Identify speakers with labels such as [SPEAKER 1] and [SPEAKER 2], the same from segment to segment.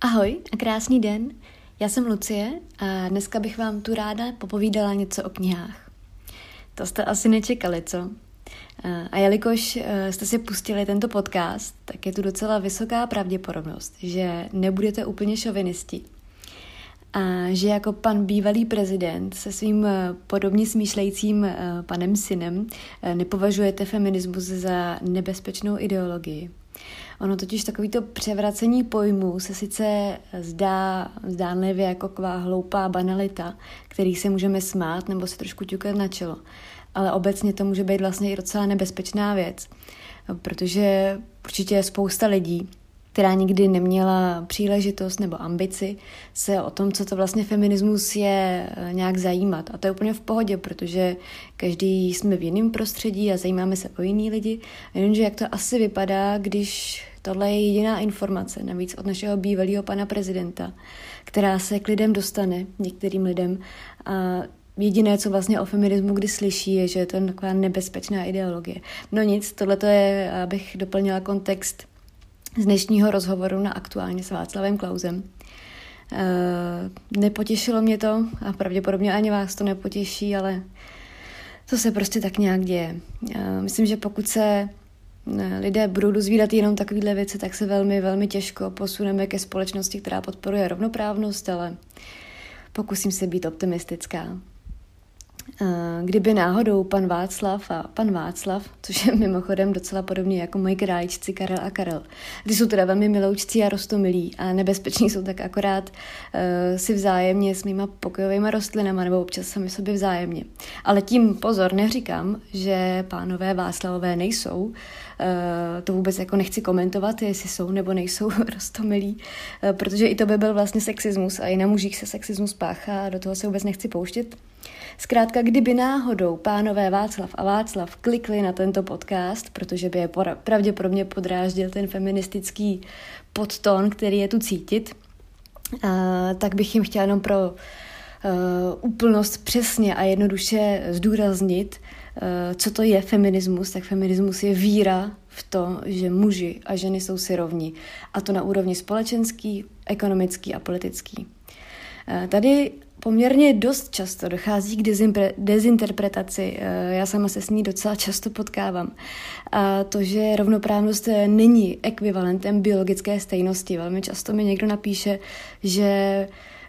[SPEAKER 1] Ahoj a krásný den, já jsem Lucie a dneska bych vám tu ráda popovídala něco o knihách. To jste asi nečekali, co? A jelikož jste si pustili tento podcast, tak je tu docela vysoká pravděpodobnost, že nebudete úplně šovinisti. A že jako pan bývalý prezident se svým podobně smýšlejícím panem synem nepovažujete feminismus za nebezpečnou ideologii. Ono totiž takovýto převracení pojmů se sice zdá zdánlivě jako taková hloupá banalita, který se můžeme smát nebo se trošku ťukat na čelo. Ale obecně to může být vlastně i docela nebezpečná věc, protože určitě je spousta lidí, která nikdy neměla příležitost nebo ambici se o tom, co to vlastně feminismus je, nějak zajímat. A to je úplně v pohodě, protože každý jsme v jiném prostředí a zajímáme se o jiný lidi. Jenomže jak to asi vypadá, když tohle je jediná informace, navíc od našeho bývalého pana prezidenta, která se k lidem dostane, některým lidem, a jediné, co vlastně o feminismu kdy slyší, je, že je to taková nebezpečná ideologie. No nic, tohle je, abych doplnila kontext z dnešního rozhovoru na Aktuálně s Václavem Klausem. Nepotěšilo mě to a pravděpodobně ani vás to nepotěší, ale to se prostě tak nějak děje. Myslím, že pokud se lidé budou dozvídat jenom takovéhle věci, tak se velmi, velmi těžko posuneme ke společnosti, která podporuje rovnoprávnost, ale pokusím se být optimistická. Kdyby náhodou pan Václav, což je mimochodem docela podobný jako moji králíčci Karel a Karel, kdy jsou teda velmi miloučcí a roztomilí a nebezpeční jsou tak akorát si vzájemně s mýma pokojovými rostlinama nebo občas sami sobě vzájemně. Ale tím pozor, neříkám, že pánové Václavové nejsou, to vůbec jako nechci komentovat, jestli jsou nebo nejsou roztomilí, protože i to by byl vlastně sexismus a i na mužích se sexismus páchá a do toho se vůbec nechci pouštět. Zkrátka, kdyby náhodou pánové Václav a Václav klikli na tento podcast, protože by je pravděpodobně podráždil ten feministický podtón, který je tu cítit, tak bych jim chtěla jenom pro úplnost přesně a jednoduše zdůraznit, co to je feminismus. Tak feminismus je víra v to, že muži a ženy jsou si rovni. A to na úrovni společenský, ekonomický a politický. Tady poměrně dost často dochází k dezinterpretaci. Já sama se s ní docela často potkávám. A to, že rovnoprávnost není ekvivalentem biologické stejnosti. Velmi často mi někdo napíše, že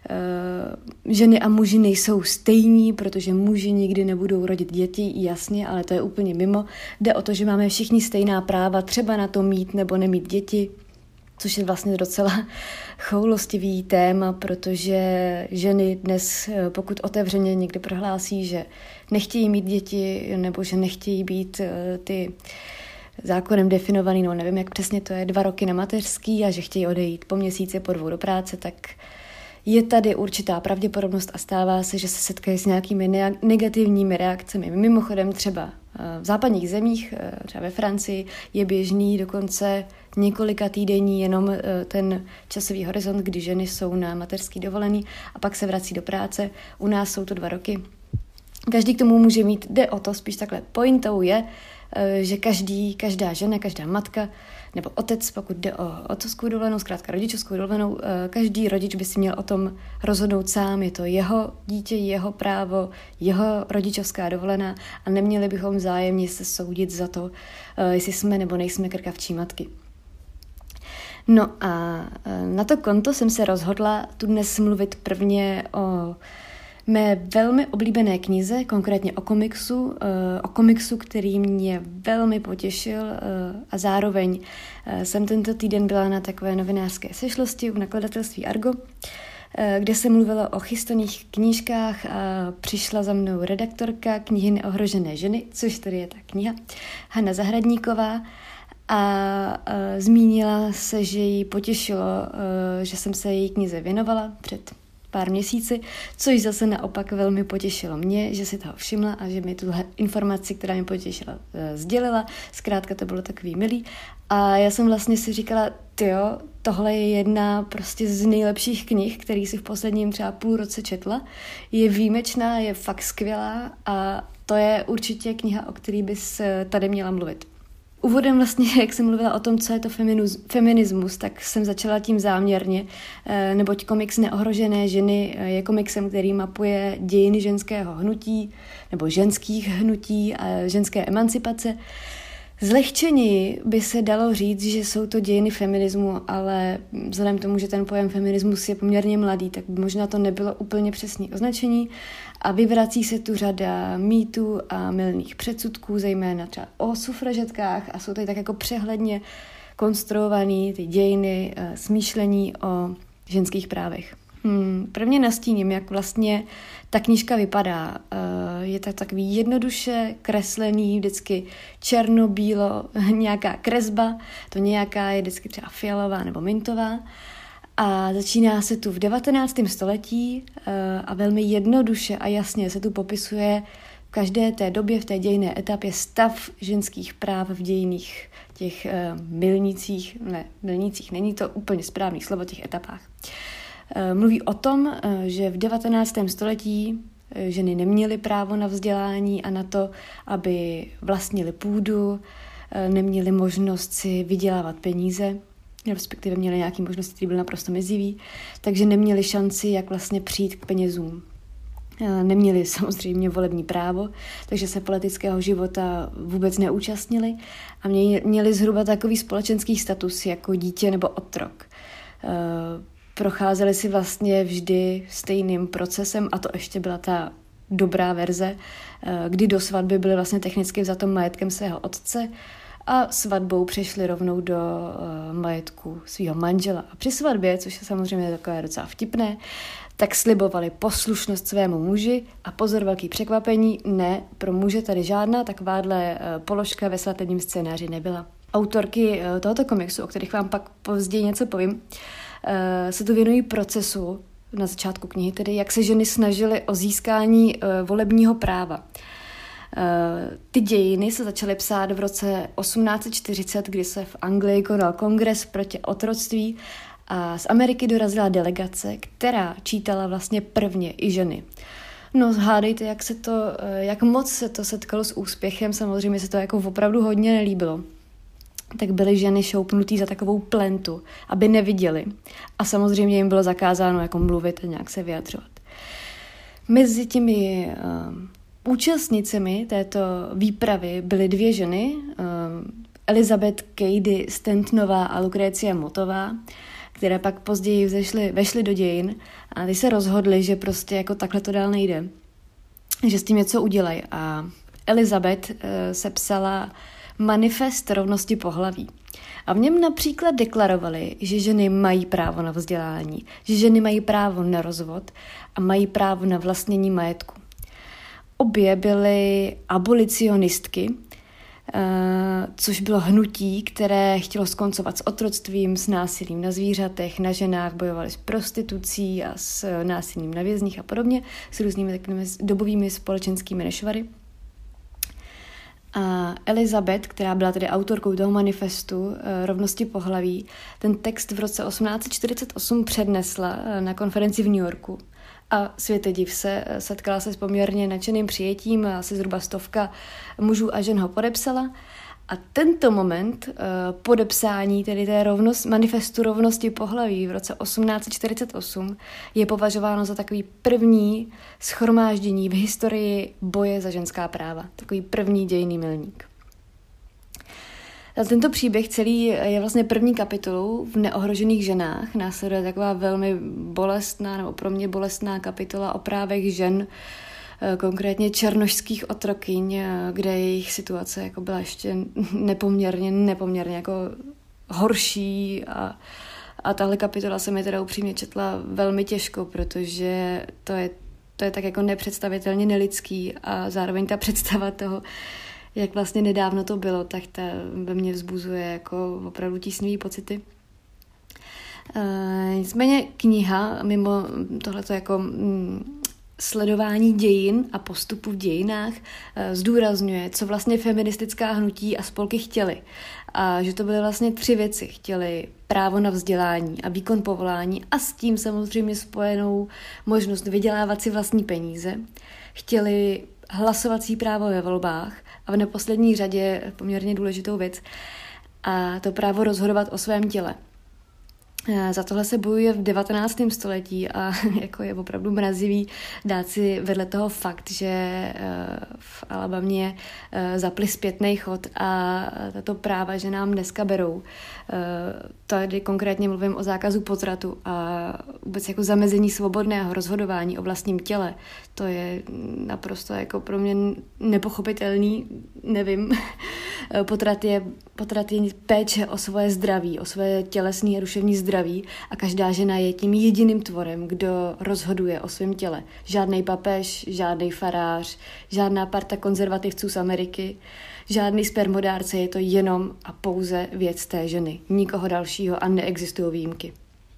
[SPEAKER 1] ženy a muži nejsou stejní, protože muži nikdy nebudou rodit děti, jasně, ale to je úplně mimo. Jde o to, že máme všichni stejná práva, třeba na to mít nebo nemít děti, což je vlastně docela choulostivý téma, protože ženy dnes, pokud otevřeně někdy prohlásí, že nechtějí mít děti nebo že nechtějí být ty zákonem definovaný, no nevím, jak přesně to je, 2 roky na mateřský a že chtějí odejít po měsíci, po 2 do práce, tak je tady určitá pravděpodobnost a stává se, že se setkají s nějakými negativními reakcemi. Mimochodem třeba v západních zemích, třeba ve Francii, je běžný dokonce několika týdení jenom ten časový horizont, kdy ženy jsou na mateřský dovolený a pak se vrací do práce. U nás jsou to 2 roky. Každý k tomu může mít, jde o to, spíš takhle pointou je, že každá žena, každá matka nebo otec, pokud jde o otcovskou dovolenou, zkrátka rodičovskou dovolenou, každý rodič by si měl o tom rozhodnout sám. Je to jeho dítě, jeho právo, jeho rodičovská dovolená a neměli bychom vzájemně se soudit za to, jestli jsme nebo nejsme krkavčí matky. No a na to konto jsem se rozhodla tu dnes mluvit prvně o mé velmi oblíbené knize, konkrétně o komiksu, který mě velmi potěšil a zároveň jsem tento týden byla na takové novinářské sešlosti v nakladatelství Argo, kde se mluvilo o chystaných knížkách a přišla za mnou redaktorka knihy Neohrožené ženy, což tady je ta kniha, Hana Zahradníková, a zmínila se, že jí potěšilo, že jsem se její knize věnovala před pár měsíci, což zase naopak velmi potěšilo mě, že si toho všimla a že mi tuhle informaci, která mě potěšila, sdělila. Zkrátka to bylo takový milý. A já jsem vlastně si říkala, tohle je jedna prostě z nejlepších knih, který si v posledním třeba půl roce četla. Je výjimečná, je fakt skvělá a to je určitě kniha, o který bys tady měla mluvit. Úvodem vlastně, jak jsem mluvila o tom, co je to feminismus, tak jsem začala tím záměrně, neboť komiks Neohrožené ženy je komiksem, který mapuje dějiny ženského hnutí nebo ženských hnutí a ženské emancipace. Zlehčeněji by se dalo říct, že jsou to dějiny feminismu, ale vzhledem k tomu, že ten pojem feminismus je poměrně mladý, tak by možná to nebylo úplně přesné označení a vyvrací se tu řada mýtů a mylných předsudků, zejména třeba o sufražetkách a jsou tady tak jako přehledně konstruovaný ty dějiny smýšlení o ženských právech. Prvně nastíním, jak vlastně ta knížka vypadá. Je to takový jednoduše kreslený, vždycky černobílo, nějaká kresba, to nějaká je vždycky třeba fialová nebo mintová. A začíná se tu v 19. století a velmi jednoduše a jasně se tu popisuje v každé té době, v té dějinné etapě stav ženských práv v dějinných těch milnících, není to úplně správný slovo, těch etapách. Mluví o tom, že v 19. století ženy neměly právo na vzdělání a na to, aby vlastnily půdu, neměly možnost si vydělávat peníze, respektive měly nějaké možnosti, které byly naprosto mizivý, takže neměly šanci, jak vlastně přijít k penězům. Neměli samozřejmě volební právo, takže se politického života vůbec neúčastnili a měli zhruba takový společenský status jako dítě nebo otrok. Procházeli si vlastně vždy stejným procesem a to ještě byla ta dobrá verze, kdy do svatby byly vlastně technicky vzato majetkem svého otce a svatbou přešli rovnou do majetku svého manžela. A při svatbě, což je samozřejmě takové docela vtipné, tak slibovali poslušnost svému muži a pozor, velký překvapení, ne, pro muže tady žádná takováhle položka ve svatebním scénáři nebyla. Autorky tohoto komiksu, o kterých vám pak později něco povím, se tu věnují procesu na začátku knihy, tedy jak se ženy snažily o získání volebního práva. Ty dějiny se začaly psát v roce 1840, kdy se v Anglii konal kongres proti otroctví a z Ameriky dorazila delegace, která čítala vlastně prvně i ženy. No hádejte, jak moc se to setkalo s úspěchem, samozřejmě se to jako opravdu hodně nelíbilo. Tak byly ženy šoupnutý za takovou plentu, aby neviděli. A samozřejmě jim bylo zakázáno jako mluvit a nějak se vyjadřovat. Mezi těmi účastnicemi této výpravy byly dvě ženy, Elizabeth Cady Stantonová a Lucrecia Mottová, které pak později vešly do dějin a ty se rozhodly, že prostě jako takhle to dál nejde, že s tím něco udělají. A Elizabeth sepsala manifest rovnosti pohlaví. A v něm například deklarovali, že ženy mají právo na vzdělání, že ženy mají právo na rozvod a mají právo na vlastnění majetku. Obě byly abolicionistky, což bylo hnutí, které chtělo skoncovat s otroctvím, s násilím na zvířatech, na ženách, bojovali s prostitucí a s násilím na vězních a podobně, s různými takovými dobovými společenskými nešvary. A Elizabeth, která byla tedy autorkou toho manifestu rovnosti pohlaví, ten text v roce 1848 přednesla na konferenci v New Yorku. A světe div se, setkala se s poměrně nadšeným přijetím, asi zhruba 100 mužů a žen ho podepsala. A tento moment podepsání, tedy té manifestu rovnosti pohlaví v roce 1848, je považováno za takový první shromáždění v historii boje za ženská práva. Takový první dějinný milník. A tento příběh celý je vlastně první kapitolou v Neohrožených ženách. Následuje taková velmi bolestná, nebo pro mě bolestná kapitola o právech žen, konkrétně černošských otrokyň, kde jejich situace jako byla ještě nepoměrně jako horší a tahle kapitola se mi teda upřímně četla velmi těžko, protože to je tak jako nepředstavitelně nelidský a zároveň ta představa toho, jak vlastně nedávno to bylo, tak ta ve mně vzbuzuje jako opravdu tísnivý pocity. Nicméně kniha, mimo tohleto jako sledování dějin a postupu v dějinách, zdůrazňuje, co vlastně feministická hnutí a spolky chtěly. A že to byly vlastně 3 věci. Chtěli právo na vzdělání a výkon povolání a s tím samozřejmě spojenou možnost vydělávat si vlastní peníze. Chtěli hlasovací právo ve volbách A v neposlední řadě poměrně důležitou věc, a to právo rozhodovat o svém těle. Za tohle se bojuje v 19. století a jako je opravdu mrazivý dát si vedle toho fakt, že v Alabamě zapli zpětný chod a tato práva, že nám dneska berou. Tady konkrétně mluvím o zákazu potratu a vůbec jako zamezení svobodného rozhodování o vlastním těle. To je naprosto jako pro mě nepochopitelný, nevím. Potrat je péče o svoje zdraví, o svoje tělesné a duševní zdraví a každá žena je tím jediným tvorem, kdo rozhoduje o svém těle. Žádnej papež, žádnej farář, žádná parta konzervativců z Ameriky, žádný spermodárce, je to jenom a pouze věc té ženy. Nikoho dalšího a neexistují výjimky.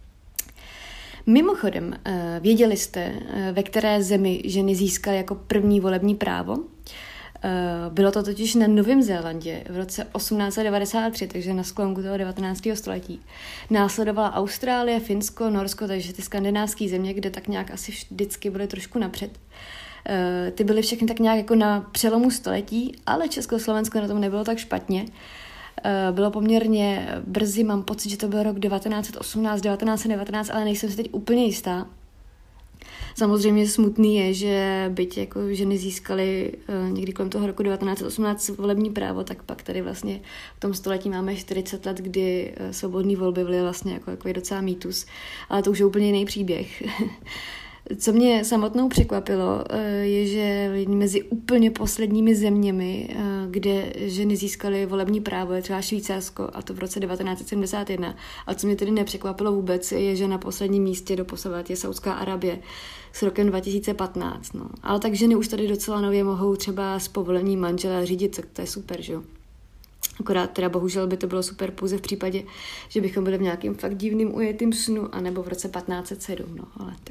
[SPEAKER 1] Mimochodem, věděli jste, ve které zemi ženy získaly jako první volební právo? Bylo to totiž na Novém Zélandě v roce 1893, takže na sklonku toho 19. století. Následovala Austrálie, Finsko, Norsko, takže ty skandinávské země, kde tak nějak asi vždycky byly trošku napřed. Ty byly všechny tak nějak jako na přelomu století, ale Československo na tom nebylo tak špatně. Bylo poměrně brzy, mám pocit, že to byl rok 1918, 1919, ale nejsem si teď úplně jistá. Samozřejmě smutný je, že byť jako ženy získaly někdy kolem toho roku 1918 volební právo, tak pak tady vlastně v tom století máme 40 let, kdy svobodné volby byly vlastně jako docela mýtus, ale to už je úplně jiný příběh. Co mě samotnou překvapilo, je, že mezi úplně posledními zeměmi, kde ženy získaly volební právo, je třeba Švýcarsko, a to v roce 1971. A co mě tedy nepřekvapilo vůbec, je, že na posledním místě doposavad je Saudská Arabie s rokem 2015. No. Ale tak ženy už tady docela nově mohou třeba s povolením manžela řídit, to je super, že jo? Akorát teda bohužel by to bylo super pouze v případě, že bychom byli v nějakým fakt divným ujetým snu, anebo v roce 1507, no, ale tak...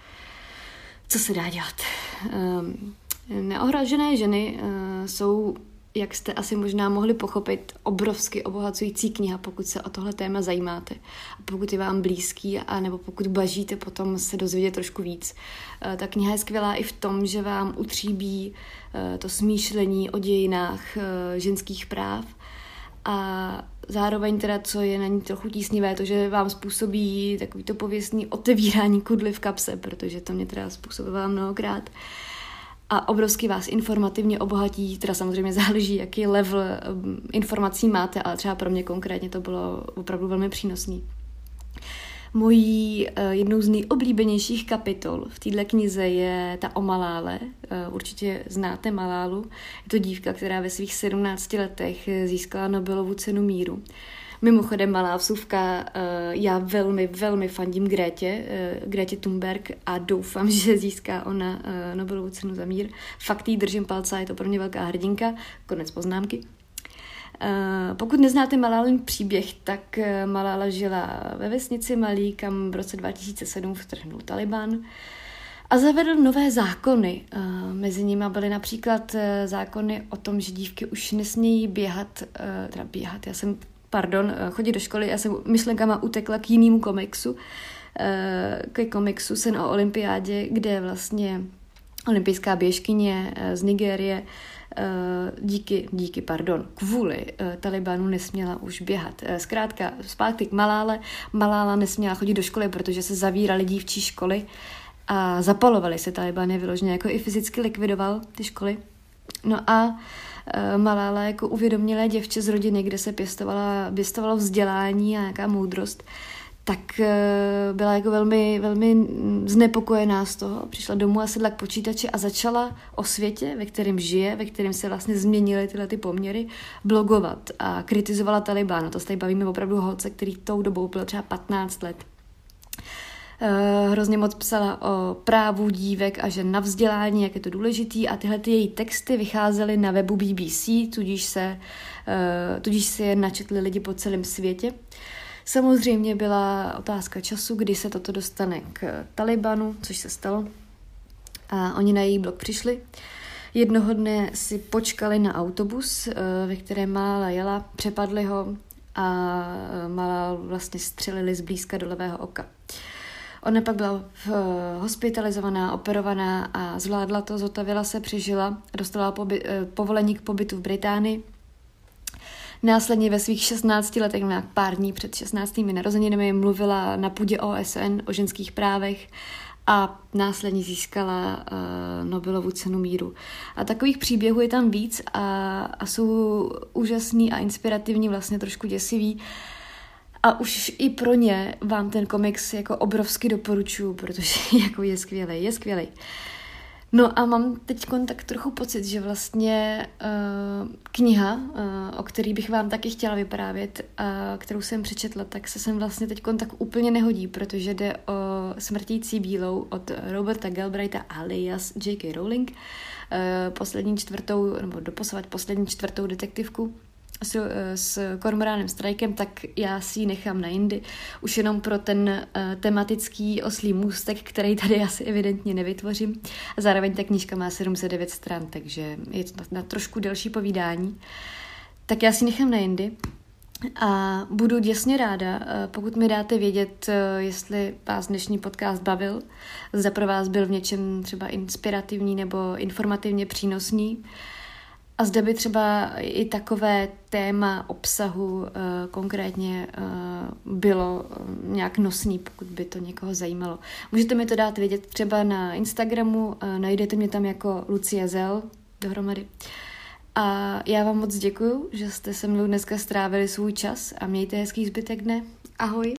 [SPEAKER 1] Co se dá dělat? Neohrožené ženy jsou, jak jste asi možná mohli pochopit, obrovsky obohacující kniha, pokud se o tohle téma zajímáte. A pokud je vám blízký, a nebo pokud bažíte potom se dozvědět trošku víc. Ta kniha je skvělá i v tom, že vám utříbí to smýšlení o dějinách ženských práv. A zároveň teda, co je na ní trochu tísnivé, to, že vám způsobí takovýto pověstný otevírání kudly v kapse, protože to mě teda způsobilo mnohokrát. A obrovsky vás informativně obohatí, teda samozřejmě záleží, jaký level informací máte, ale třeba pro mě konkrétně to bylo opravdu velmi přínosný. Mojí jednou z nejoblíbenějších kapitol v této knize je ta o Malále. Určitě znáte Malálu. Je to dívka, která ve svých 17 letech získala Nobelovu cenu míru. Mimochodem, malá vsuvka, já velmi, velmi fandím Grétě Thunberg a doufám, že získá ona Nobelovu cenu za mír. Fakt jí držím palce, je to pro mě velká hrdinka. Konec poznámky. Pokud neznáte Malálin příběh, tak Malála žila ve vesnici Malí, kam v roce 2007 vtrhnul Taliban a zavedl nové zákony. Mezi nimi byly například zákony o tom, že dívky už nesmějí chodit do školy. Já jsem myšlenkama utekla k jinému komiksu, ke komiksu Sen o olympiádě, kde vlastně olympijská běžkyně z Nigérie kvůli Talibanu nesměla už běhat. Zkrátka, zpátky k Malále. Malála nesměla chodit do školy, protože se zavíraly dívčí školy a zapalovaly se. Taliban je vyloženě jako i fyzicky likvidoval ty školy. No a Malála jako uvědomělé děvče z rodiny, kde se pěstovalo vzdělání a nějaká moudrost, tak byla jako velmi, velmi znepokojená z toho. Přišla domů a sedla k počítači a začala o světě, ve kterém žije, ve kterém se vlastně změnily tyhle ty poměry, blogovat a kritizovala Talibán. To se tady bavíme opravdu o holce, který tou dobou byl třeba 15 let. Hrozně moc psala o právu dívek a žen na vzdělání, jak je to důležitý, a tyhle její texty vycházely na webu BBC, tudíž se je načetli lidi po celém světě. Samozřejmě byla otázka času, kdy se toto dostane k Talibanu, což se stalo. A oni na její blog přišli. Jednoho dne si počkali na autobus, ve kterém Malála jela, přepadli ho a Malálu vlastně střelili zblízka do levého oka. Ona pak byla hospitalizovaná, operovaná a zvládla to, zotavila se, přežila, dostala povolení k pobytu v Británii. Následně ve svých 16 letech, nějak pár dní před 16. narozeninami, mluvila na půdě OSN o ženských právech a následně získala Nobelovu cenu míru. A takových příběhů je tam víc a jsou úžasný a inspirativní, vlastně trošku děsivý. A už i pro ně vám ten komiks jako obrovsky doporučuji, protože jako je skvělej. No a mám teď tak trochu pocit, že vlastně kniha, o který bych vám taky chtěla vyprávět, kterou jsem přečetla, tak se sem vlastně teď tak úplně nehodí, protože jde o Smrtící bílou od Roberta Galbraitha alias J.K. Rowling, doposavad poslední čtvrtou detektivku s Cormoranem Strikem, tak já si ji nechám na jindy, už jenom pro ten tematický oslí můstek, který tady asi evidentně nevytvořím. A zároveň ta knížka má 709 stran, takže je to na trošku delší povídání. Tak já si nechám na jindy a budu děsně ráda, pokud mi dáte vědět, jestli vás dnešní podcast bavil, zda pro vás byl v něčem třeba inspirativní nebo informativně přínosný. A zde by třeba i takové téma obsahu konkrétně bylo nějak nosný, pokud by to někoho zajímalo. Můžete mi to dát vědět třeba na Instagramu, najdete mě tam jako Lucie Zel dohromady. A já vám moc děkuju, že jste se mnou dneska strávili svůj čas a mějte hezký zbytek dne. Ahoj!